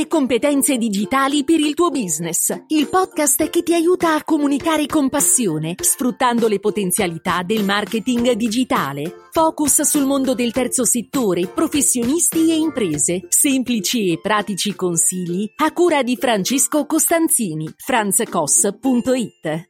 e competenze digitali per il tuo business. Il podcast che ti aiuta a comunicare con passione, sfruttando le potenzialità del marketing digitale. Focus sul mondo del terzo settore, professionisti e imprese. Semplici e pratici consigli a cura di Francesco Costanzini. franzcos.it.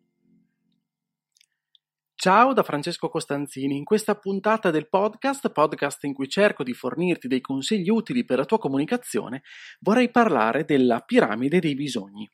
Ciao da Francesco Costanzini. In questa puntata del podcast in cui cerco di fornirti dei consigli utili per la tua comunicazione, vorrei parlare della piramide dei bisogni.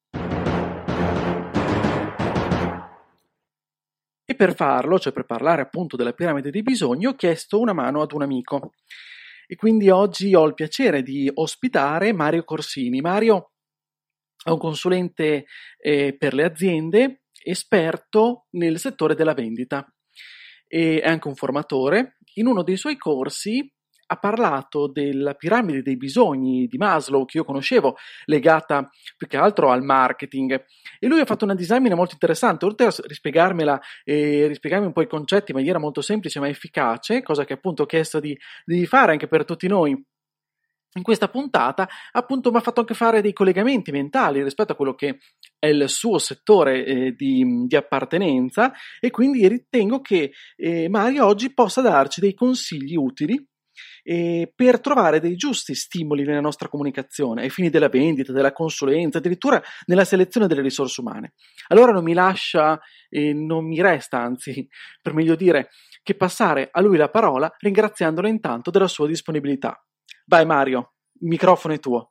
E per farlo, cioè per parlare appunto della piramide dei bisogni, ho chiesto una mano ad un amico. E quindi oggi ho il piacere di ospitare Mario Corsini. Mario è un consulente per le aziende, esperto nel settore della vendita, e è anche un formatore. In uno dei suoi corsi ha parlato della piramide dei bisogni di Maslow, che io conoscevo, legata più che altro al marketing, e lui ha fatto una disamina molto interessante. Oltre a rispiegarmela e rispiegarmi un po' i concetti in maniera molto semplice ma efficace, cosa che appunto ho chiesto di fare anche per tutti noi in questa puntata, appunto mi ha fatto anche fare dei collegamenti mentali rispetto a quello che è il suo settore di appartenenza, e quindi ritengo che Mario oggi possa darci dei consigli utili per trovare dei giusti stimoli nella nostra comunicazione, ai fini della vendita, della consulenza, addirittura nella selezione delle risorse umane. Allora non mi resta, anzi, per meglio dire, che passare a lui la parola, ringraziandolo intanto della sua disponibilità. Vai Mario, il microfono è tuo.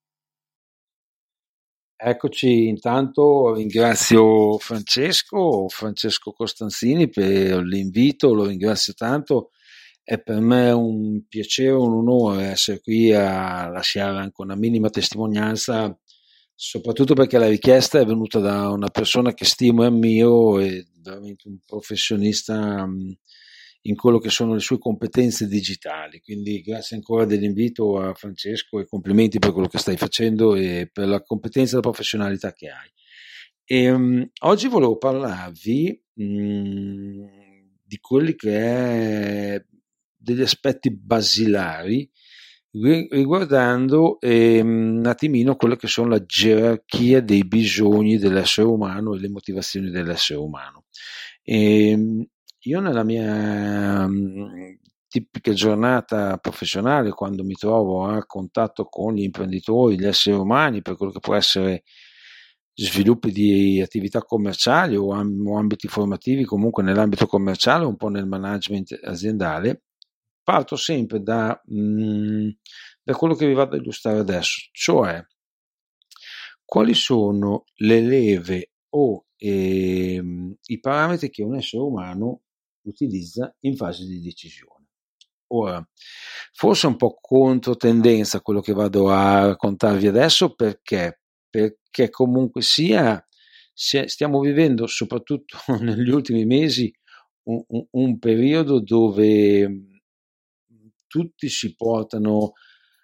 Eccoci, intanto ringrazio Francesco Costanzini per l'invito, lo ringrazio tanto. È per me un piacere, un onore essere qui a lasciare anche una minima testimonianza, soprattutto perché la richiesta è venuta da una persona che stimo e ammiro, e veramente un professionista in quello che sono le sue competenze digitali. Quindi grazie ancora dell'invito a Francesco e complimenti per quello che stai facendo e per la competenza e la professionalità che hai. Oggi volevo parlarvi di quelli che è degli aspetti basilari riguardando un attimino quello che sono la gerarchia dei bisogni dell'essere umano e le motivazioni dell'essere umano. Io nella mia tipica giornata professionale, quando mi trovo a contatto con gli imprenditori, gli esseri umani, per quello che può essere sviluppi di attività commerciali o ambiti formativi, comunque nell'ambito commerciale, un po' nel management aziendale, parto sempre da quello che vi vado a illustrare adesso, cioè quali sono le leve o i parametri che un essere umano utilizza in fase di decisione. Ora, forse un po' controtendenza quello che vado a raccontarvi adesso, perché comunque sia stiamo vivendo, soprattutto negli ultimi mesi, un periodo dove tutti si portano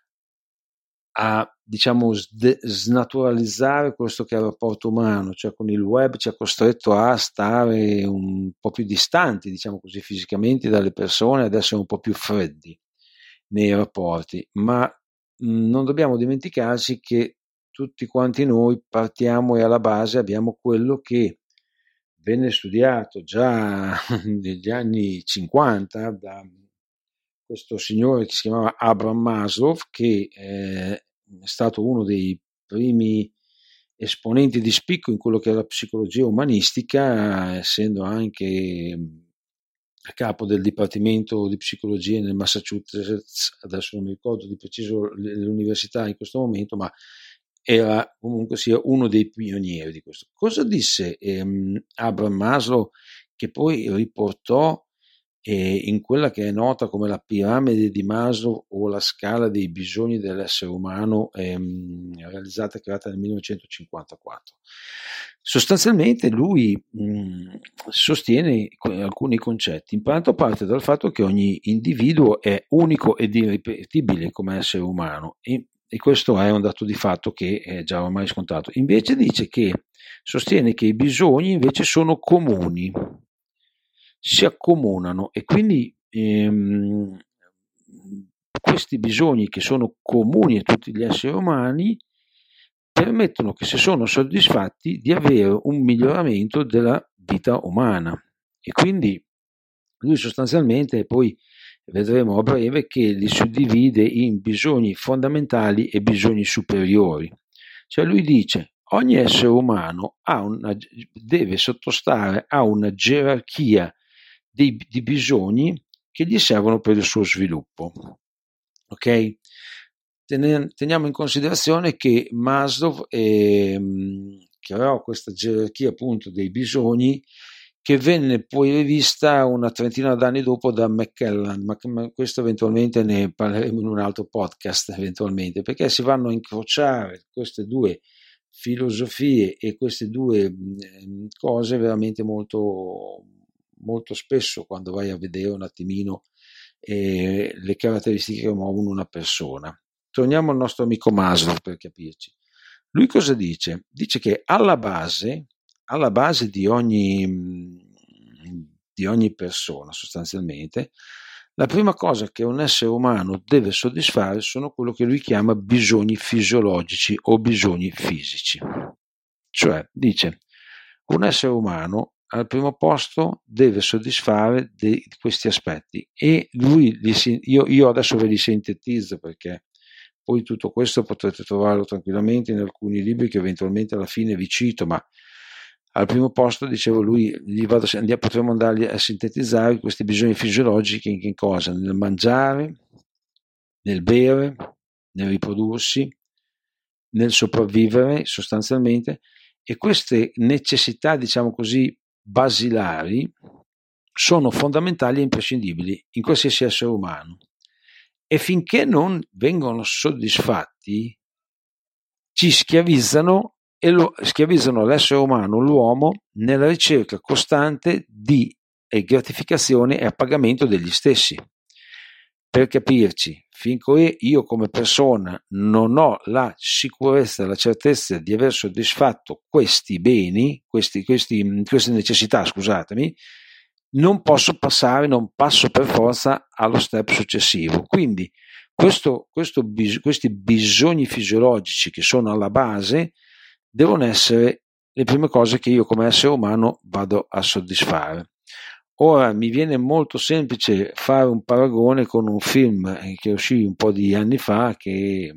a, diciamo, snaturalizzare questo che è il rapporto umano, cioè con il web ci ha costretto a stare un po' più distanti, diciamo così, fisicamente dalle persone, ad essere un po' più freddi nei rapporti, ma non dobbiamo dimenticarci che tutti quanti noi partiamo e alla base abbiamo quello che venne studiato già negli anni 50 da questo signore che si chiamava Abraham Maslow, che è stato uno dei primi esponenti di spicco in quello che è la psicologia umanistica, essendo anche a capo del dipartimento di psicologia nel Massachusetts, adesso non mi ricordo di preciso l'università in questo momento, ma era comunque sia uno dei pionieri di questo. Cosa disse Abraham Maslow, che poi riportò in quella che è nota come la piramide di Maslow o la scala dei bisogni dell'essere umano, realizzata e creata nel 1954. Sostanzialmente lui sostiene alcuni concetti. Intanto parte dal fatto che ogni individuo è unico ed irripetibile come essere umano, e questo è un dato di fatto che è già ormai scontato. Invece sostiene che i bisogni invece sono comuni, si accomunano, e quindi questi bisogni che sono comuni a tutti gli esseri umani permettono che, se sono soddisfatti, di avere un miglioramento della vita umana. E quindi lui sostanzialmente, poi vedremo a breve, che li suddivide in bisogni fondamentali e bisogni superiori. Cioè lui dice: ogni essere umano deve sottostare a una gerarchia di bisogni che gli servono per il suo sviluppo. Ok? Teniamo in considerazione che Maslow creò questa gerarchia appunto dei bisogni, che venne poi rivista una trentina d'anni dopo da McClelland, ma questo eventualmente ne parleremo in un altro podcast, eventualmente, perché si vanno a incrociare queste due filosofie e queste due cose veramente molto, molto spesso, quando vai a vedere un attimino le caratteristiche che muovono una persona. Torniamo al nostro amico Maslow per capirci. Lui cosa dice? Dice che alla base di ogni persona, sostanzialmente, la prima cosa che un essere umano deve soddisfare sono quello che lui chiama bisogni fisiologici o bisogni fisici. Cioè, dice, un essere umano al primo posto deve soddisfare questi aspetti, e lui io adesso ve li sintetizzo, perché poi tutto questo potrete trovarlo tranquillamente in alcuni libri che eventualmente alla fine vi cito, ma al primo posto, dicevo, potremmo andarli a sintetizzare questi bisogni fisiologici in cosa? Nel mangiare, nel bere, nel riprodursi, nel sopravvivere sostanzialmente, e queste necessità, diciamo così, basilari sono fondamentali e imprescindibili in qualsiasi essere umano, e finché non vengono soddisfatti ci schiavizzano l'essere umano, l'uomo, nella ricerca costante di gratificazione e appagamento degli stessi. Per capirci, finché io come persona non ho la sicurezza, la certezza di aver soddisfatto questi beni, queste necessità, scusatemi, non passo per forza allo step successivo. Quindi questi bisogni fisiologici che sono alla base devono essere le prime cose che io come essere umano vado a soddisfare. Ora mi viene molto semplice fare un paragone con un film che uscì un po' di anni fa, che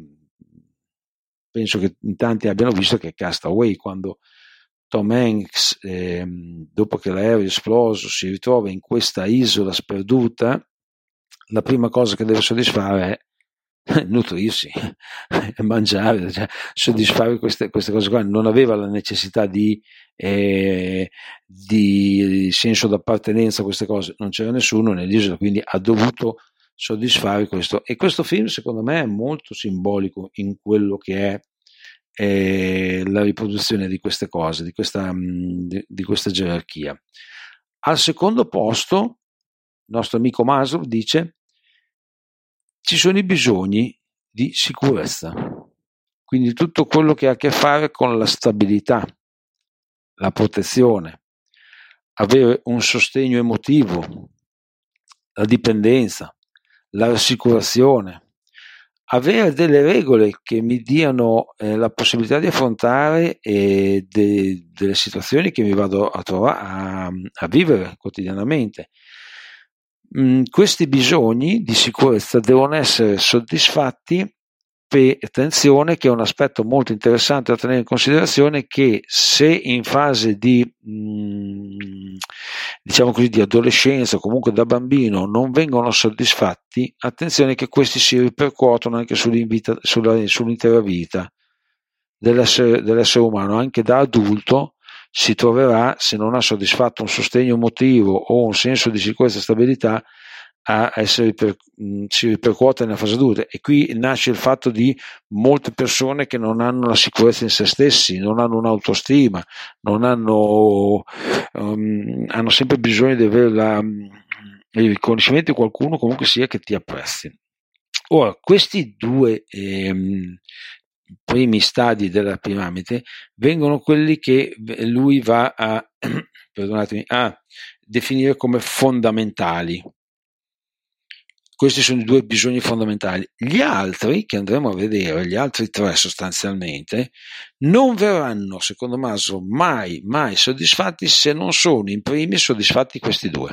penso che in tanti abbiano visto, che è Castaway, quando Tom Hanks, dopo che l'aereo è esploso, si ritrova in questa isola sperduta. La prima cosa che deve soddisfare è nutrirsi, mangiare, cioè soddisfare queste cose qua. Non aveva la necessità di senso d'appartenenza a queste cose, non c'era nessuno nell'isola, quindi ha dovuto soddisfare questo. E questo film, secondo me, è molto simbolico in quello che è la riproduzione di queste cose, di questa gerarchia. Al secondo posto, il nostro amico Maslow dice: ci sono i bisogni di sicurezza, quindi tutto quello che ha a che fare con la stabilità, la protezione, avere un sostegno emotivo, la dipendenza, la rassicurazione, avere delle regole che mi diano la possibilità di affrontare delle situazioni che mi vado a trovare a vivere quotidianamente. Questi bisogni di sicurezza devono essere soddisfatti per attenzione, che è un aspetto molto interessante da tenere in considerazione, che se in fase di diciamo così di adolescenza o comunque da bambino non vengono soddisfatti, attenzione che questi si ripercuotono anche sull'intera vita dell'essere umano. Anche da adulto si troverà, se non ha soddisfatto un sostegno emotivo o un senso di sicurezza e stabilità, si ripercuote nella fase adulta. E qui nasce il fatto di molte persone che non hanno la sicurezza in se stessi, non hanno un'autostima, non hanno sempre bisogno di avere il riconoscimento di qualcuno, comunque sia, che ti apprezzi. Ora, questi due primi stadi della piramide vengono quelli che lui va a definire come fondamentali. Questi sono i due bisogni fondamentali. Gli altri, che andremo a vedere, gli altri tre sostanzialmente, non verranno, secondo Maslow, mai soddisfatti se non sono in primis soddisfatti questi due.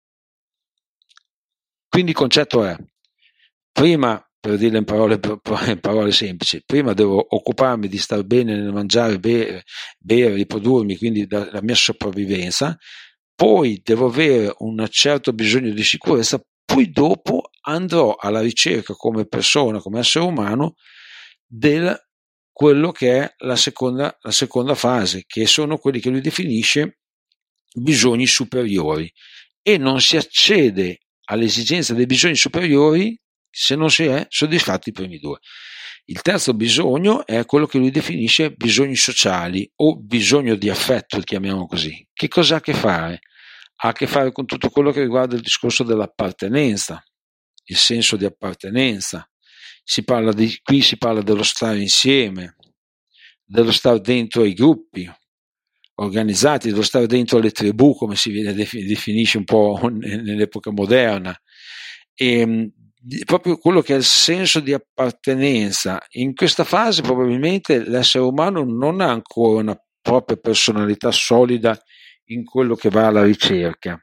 Quindi il concetto è, prima, per dirle in parole semplici, prima devo occuparmi di star bene nel mangiare, bere, riprodurmi, quindi la mia sopravvivenza, poi devo avere un certo bisogno di sicurezza, poi dopo andrò alla ricerca come persona, come essere umano, del quello che è la seconda fase, che sono quelli che lui definisce bisogni superiori, e non si accede all'esigenza dei bisogni superiori se non si è soddisfatti i primi due. Il terzo bisogno è quello che lui definisce bisogni sociali o bisogno di affetto, chiamiamo così. Che cosa ha a che fare? Ha a che fare con tutto quello che riguarda il discorso dell'appartenenza, il senso di appartenenza. Qui si parla dello stare insieme, dello stare dentro ai gruppi organizzati, dello stare dentro alle tribù, come si definisce un po' nell'epoca moderna, e proprio quello che è il senso di appartenenza. In questa fase probabilmente l'essere umano non ha ancora una propria personalità solida in quello che va alla ricerca.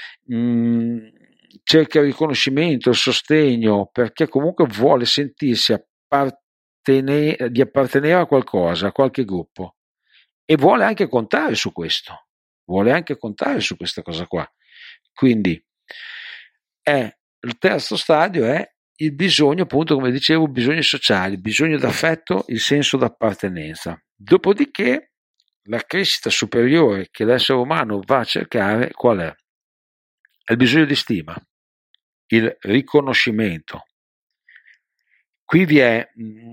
Cerca il riconoscimento, il sostegno, perché comunque vuole sentirsi di appartenere a qualcosa, a qualche gruppo, e vuole anche contare su questo, vuole anche contare su questa cosa qua. Quindi il terzo stadio è il bisogno, appunto, come dicevo, bisogni sociali, bisogno d'affetto, il senso d'appartenenza. Dopodiché la crescita superiore che l'essere umano va a cercare qual è? È il bisogno di stima, il riconoscimento. Qui vi è,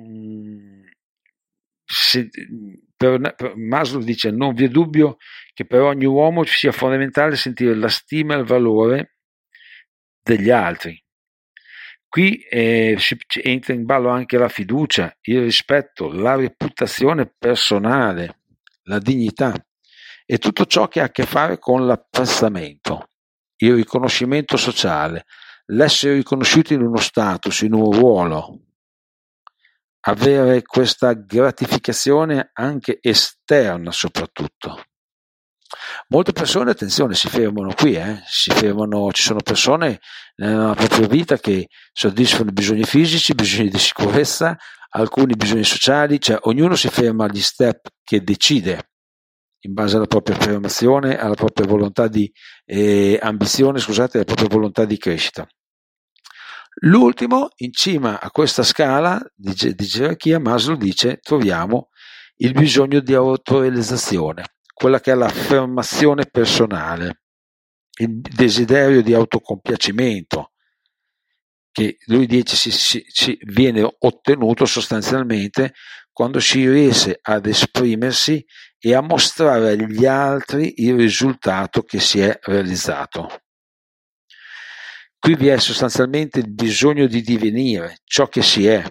per Maslow dice, non vi è dubbio che per ogni uomo sia fondamentale sentire la stima e il valore degli altri. Qui entra in ballo anche la fiducia, il rispetto, la reputazione personale, la dignità e tutto ciò che ha a che fare con l'apprezzamento, il riconoscimento sociale, l'essere riconosciuti in uno status, in un ruolo, avere questa gratificazione anche esterna soprattutto. Molte persone, attenzione, si fermano qui, ci sono persone nella propria vita che soddisfano i bisogni fisici, bisogni di sicurezza, alcuni bisogni sociali, cioè ognuno si ferma agli step che decide in base alla propria affermazione, alla propria volontà di ambizione, alla propria volontà di crescita. L'ultimo, in cima a questa scala di gerarchia, Maslow dice, troviamo il bisogno di autorealizzazione, quella che è l'affermazione personale, il desiderio di autocompiacimento, che lui dice si viene ottenuto sostanzialmente quando si riesce ad esprimersi e a mostrare agli altri il risultato che si è realizzato. Qui vi è sostanzialmente il bisogno di divenire ciò che si è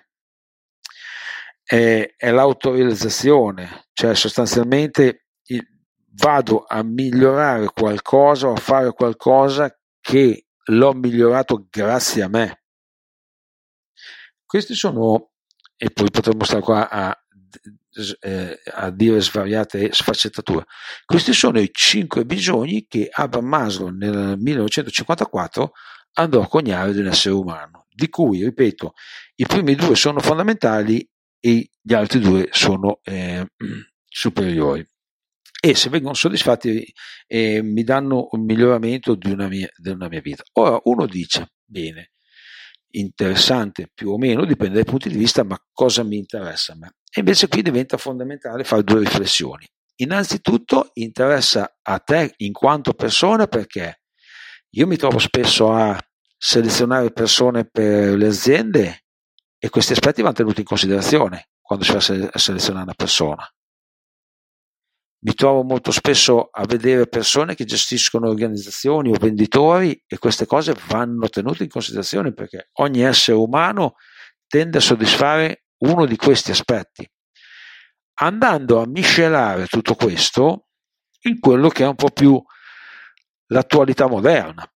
l'autorealizzazione, cioè sostanzialmente vado a migliorare qualcosa o a fare qualcosa che l'ho migliorato grazie a me. Questi sono, e poi potremmo stare qua a dire svariate sfaccettature, questi sono i 5 bisogni che Abraham Maslow nel 1954 andò a coniare di un essere umano, di cui, ripeto, i primi 2 sono fondamentali e gli altri 2 sono superiori, e se vengono soddisfatti mi danno un miglioramento di una mia vita. Ora uno dice, bene, interessante più o meno, dipende dai punti di vista, ma cosa mi interessa a me? E invece qui diventa fondamentale fare 2 riflessioni. Innanzitutto interessa a te in quanto persona, perché io mi trovo spesso a selezionare persone per le aziende e questi aspetti vanno tenuti in considerazione quando si va a selezionare una persona. Mi trovo molto spesso a vedere persone che gestiscono organizzazioni o venditori e queste cose vanno tenute in considerazione perché ogni essere umano tende a soddisfare uno di questi aspetti, andando a miscelare tutto questo in quello che è un po' più l'attualità moderna.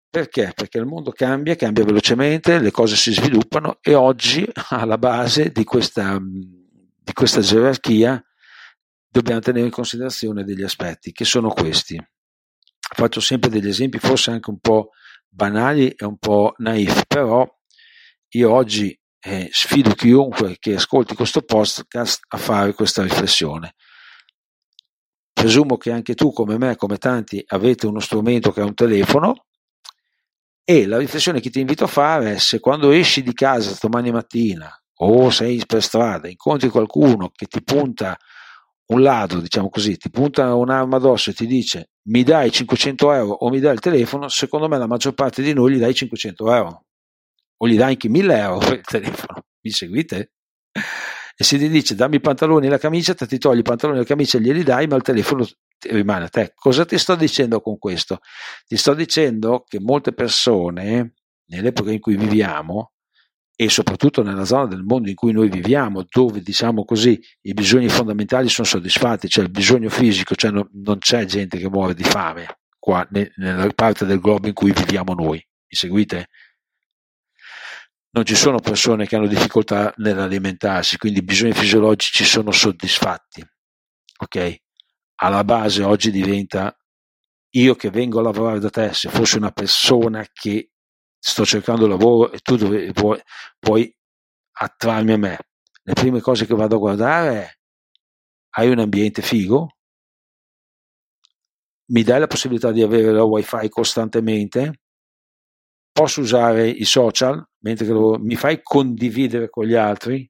Perché? Perché il mondo cambia velocemente, le cose si sviluppano e oggi alla base di questa gerarchia dobbiamo tenere in considerazione degli aspetti che sono questi. Faccio sempre degli esempi forse anche un po' banali e un po' naif, però io oggi sfido chiunque che ascolti questo podcast a fare questa riflessione. Presumo che anche tu, come me, come tanti, avete uno strumento che è un telefono, e la riflessione che ti invito a fare è: se quando esci di casa domani mattina o sei per strada incontri qualcuno che ti punta un ladro, diciamo così, ti punta un'arma addosso e ti dice mi dai 500 euro o mi dai il telefono, secondo me la maggior parte di noi gli dai 500 euro o gli dai anche 1000 euro per il telefono. Mi seguite? E se ti dice dammi i pantaloni e la camicia, ti togli i pantaloni e la camicia e glieli dai, ma il telefono rimane a te. Cosa ti sto dicendo con questo? Ti sto dicendo che molte persone, nell'epoca in cui viviamo, e soprattutto nella zona del mondo in cui noi viviamo, dove diciamo così i bisogni fondamentali sono soddisfatti, cioè il bisogno fisico, cioè non c'è gente che muore di fame qua nella parte del globo in cui viviamo noi. Mi seguite? Non ci sono persone che hanno difficoltà nell'alimentarsi, quindi i bisogni fisiologici sono soddisfatti. Ok? Alla base oggi diventa: io che vengo a lavorare da te, se fossi una persona che sto cercando lavoro e tu puoi attrarmi a me, le prime cose che vado a guardare è: hai un ambiente figo? Mi dai la possibilità di avere la wifi costantemente? Posso usare i social mentre mi fai condividere con gli altri?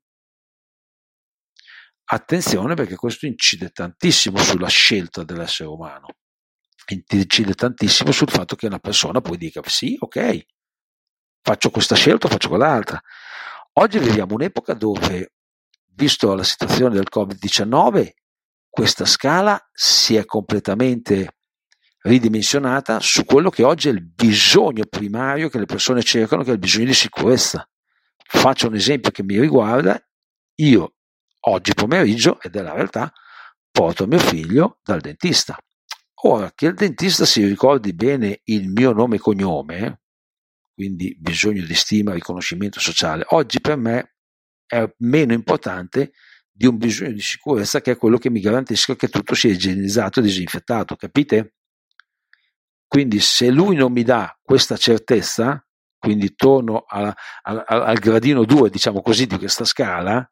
Attenzione, perché questo incide tantissimo sulla scelta dell'essere umano, incide tantissimo sul fatto che una persona poi dica sì, ok, faccio questa scelta, faccio quell'altra. Oggi viviamo un'epoca dove, visto la situazione del Covid-19, questa scala si è completamente ridimensionata su quello che oggi è il bisogno primario che le persone cercano, che è il bisogno di sicurezza. Faccio un esempio che mi riguarda: io oggi pomeriggio, ed è la realtà, porto mio figlio dal dentista. Ora, che il dentista si ricordi bene il mio nome e cognome, quindi bisogno di stima, riconoscimento sociale, oggi per me è meno importante di un bisogno di sicurezza, che è quello che mi garantisca che tutto sia igienizzato e disinfettato, capite? Quindi se lui non mi dà questa certezza, quindi torno al gradino 2, diciamo così, di questa scala,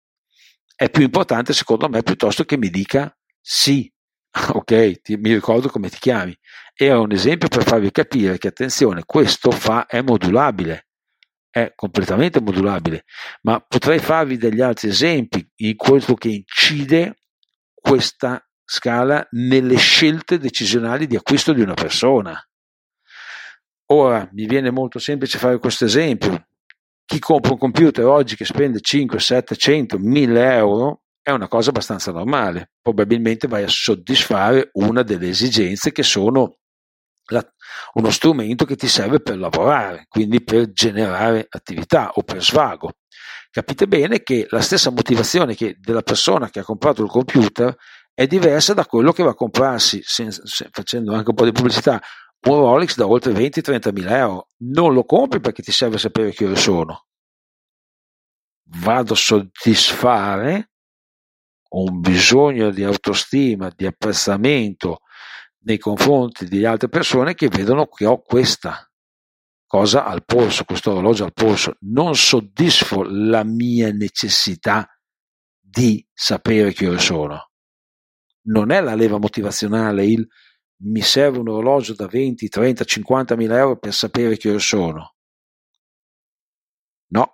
è più importante secondo me piuttosto che mi dica sì, ok, mi ricordo come ti chiami. Era un esempio per farvi capire che, attenzione, questo è modulabile, è completamente modulabile, ma potrei farvi degli altri esempi in quello che incide questa scala nelle scelte decisionali di acquisto di una persona. Ora, mi viene molto semplice fare questo esempio: chi compra un computer oggi che spende 5, 700, 1000 euro è una cosa abbastanza normale, probabilmente vai a soddisfare una delle esigenze che sono uno strumento che ti serve per lavorare, quindi per generare attività o per svago. Capite bene che la stessa motivazione della persona che ha comprato il computer è diversa da quello che va a comprarsi, facendo anche un po' di pubblicità, un Rolex da oltre 20-30 mila euro. Non lo compri perché ti serve sapere che ore sono. Vado a soddisfare un bisogno di autostima, di apprezzamento nei confronti di altre persone che vedono che ho questa cosa al polso, questo orologio al polso. Non soddisfo la mia necessità di sapere che ore sono. Non è la leva motivazionale mi serve un orologio da 20, 30, 50 mila euro per sapere che ore sono. No.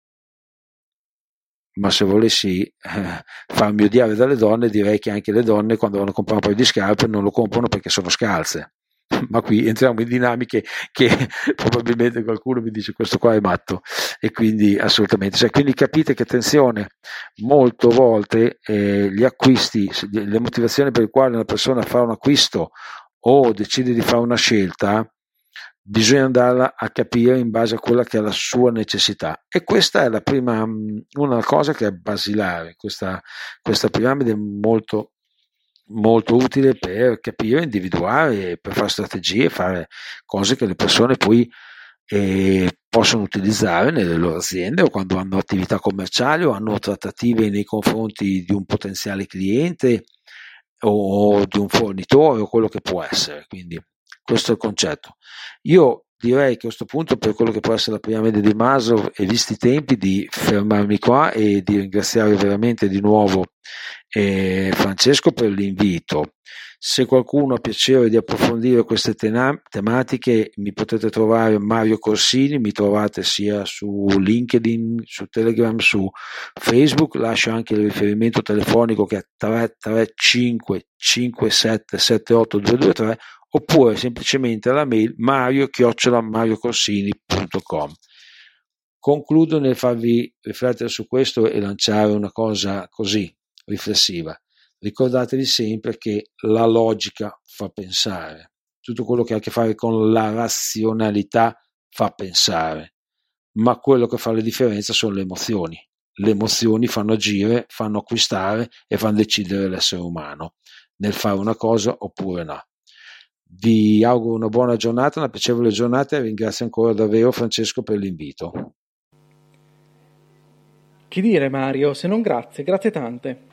Ma se volessi farmi odiare dalle donne, direi che anche le donne, quando vanno a comprare un paio di scarpe, non lo comprano perché sono scalze. Ma qui entriamo in dinamiche che probabilmente qualcuno mi dice questo qua è matto, e quindi assolutamente. Quindi capite che, attenzione, molte volte gli acquisti, le motivazioni per le quali una persona fa un acquisto o decide di fare una scelta, bisogna andarla a capire in base a quella che è la sua necessità. E questa è la prima, una cosa che è basilare, questa piramide molto molto utile per capire, individuare, per fare strategie, fare cose che le persone poi possono utilizzare nelle loro aziende, o quando hanno attività commerciali o hanno trattative nei confronti di un potenziale cliente o di un fornitore o quello che può essere. Quindi questo è il concetto. Io direi che a questo punto, per quello che può essere la piramide di Maslow e visti i tempi, di fermarmi qua e di ringraziare veramente di nuovo Francesco per l'invito. Se qualcuno ha piacere di approfondire queste tematiche, mi potete trovare Mario Corsini, mi trovate sia su LinkedIn, su Telegram, su Facebook. Lascio anche il riferimento telefonico che è 335 57 78 223, oppure semplicemente alla mail mario@mariocorsini.com. Concludo nel farvi riflettere su questo e lanciare una cosa così riflessiva. Ricordatevi sempre che la logica fa pensare, tutto quello che ha a che fare con la razionalità fa pensare, ma quello che fa la differenza sono le emozioni. Le emozioni fanno agire, fanno acquistare e fanno decidere l'essere umano nel fare una cosa oppure no. Vi auguro una buona giornata, una piacevole giornata e ringrazio ancora davvero Francesco per l'invito. Che dire, Mario, se non grazie tante.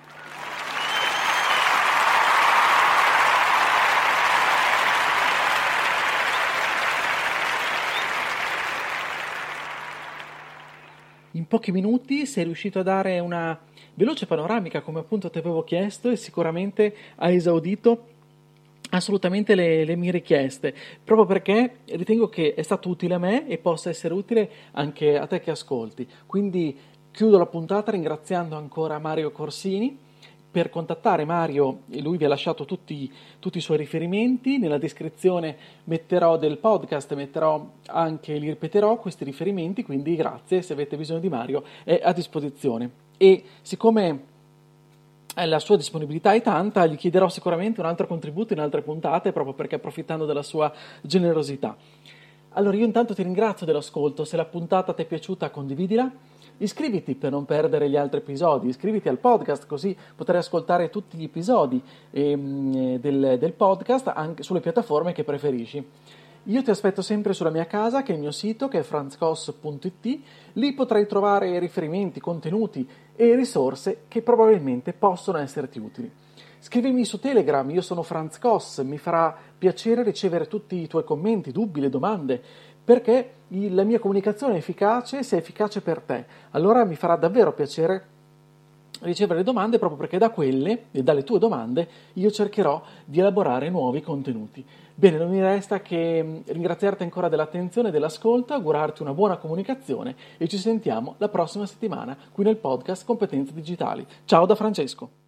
In pochi minuti sei riuscito a dare una veloce panoramica, come appunto ti avevo chiesto, e sicuramente hai esaudito assolutamente le mie richieste, proprio perché ritengo che è stato utile a me e possa essere utile anche a te che ascolti. Quindi chiudo la puntata ringraziando ancora Mario Corsini. Per contattare Mario, lui vi ha lasciato tutti i suoi riferimenti, nella descrizione metterò del podcast, li ripeterò questi riferimenti, quindi grazie, se avete bisogno di Mario è a disposizione. E siccome la sua disponibilità è tanta, gli chiederò sicuramente un altro contributo in altre puntate, proprio perché approfittando della sua generosità. Allora io intanto ti ringrazio dell'ascolto, se la puntata ti è piaciuta condividila, iscriviti per non perdere gli altri episodi, iscriviti al podcast così potrai ascoltare tutti gli episodi del podcast anche sulle piattaforme che preferisci. Io ti aspetto sempre sulla mia casa, che è il mio sito, che è franzcos.it, lì potrai trovare riferimenti, contenuti e risorse che probabilmente possono esserti utili. Scrivimi su Telegram, io sono Franz Cos, mi farà piacere ricevere tutti i tuoi commenti, dubbi, le domande, perché la mia comunicazione è efficace se è efficace per te. Allora mi farà davvero piacere ricevere le domande, proprio perché da quelle e dalle tue domande io cercherò di elaborare nuovi contenuti. Bene, non mi resta che ringraziarti ancora dell'attenzione e dell'ascolto, augurarti una buona comunicazione e ci sentiamo la prossima settimana qui nel podcast Competenze Digitali. Ciao da Francesco!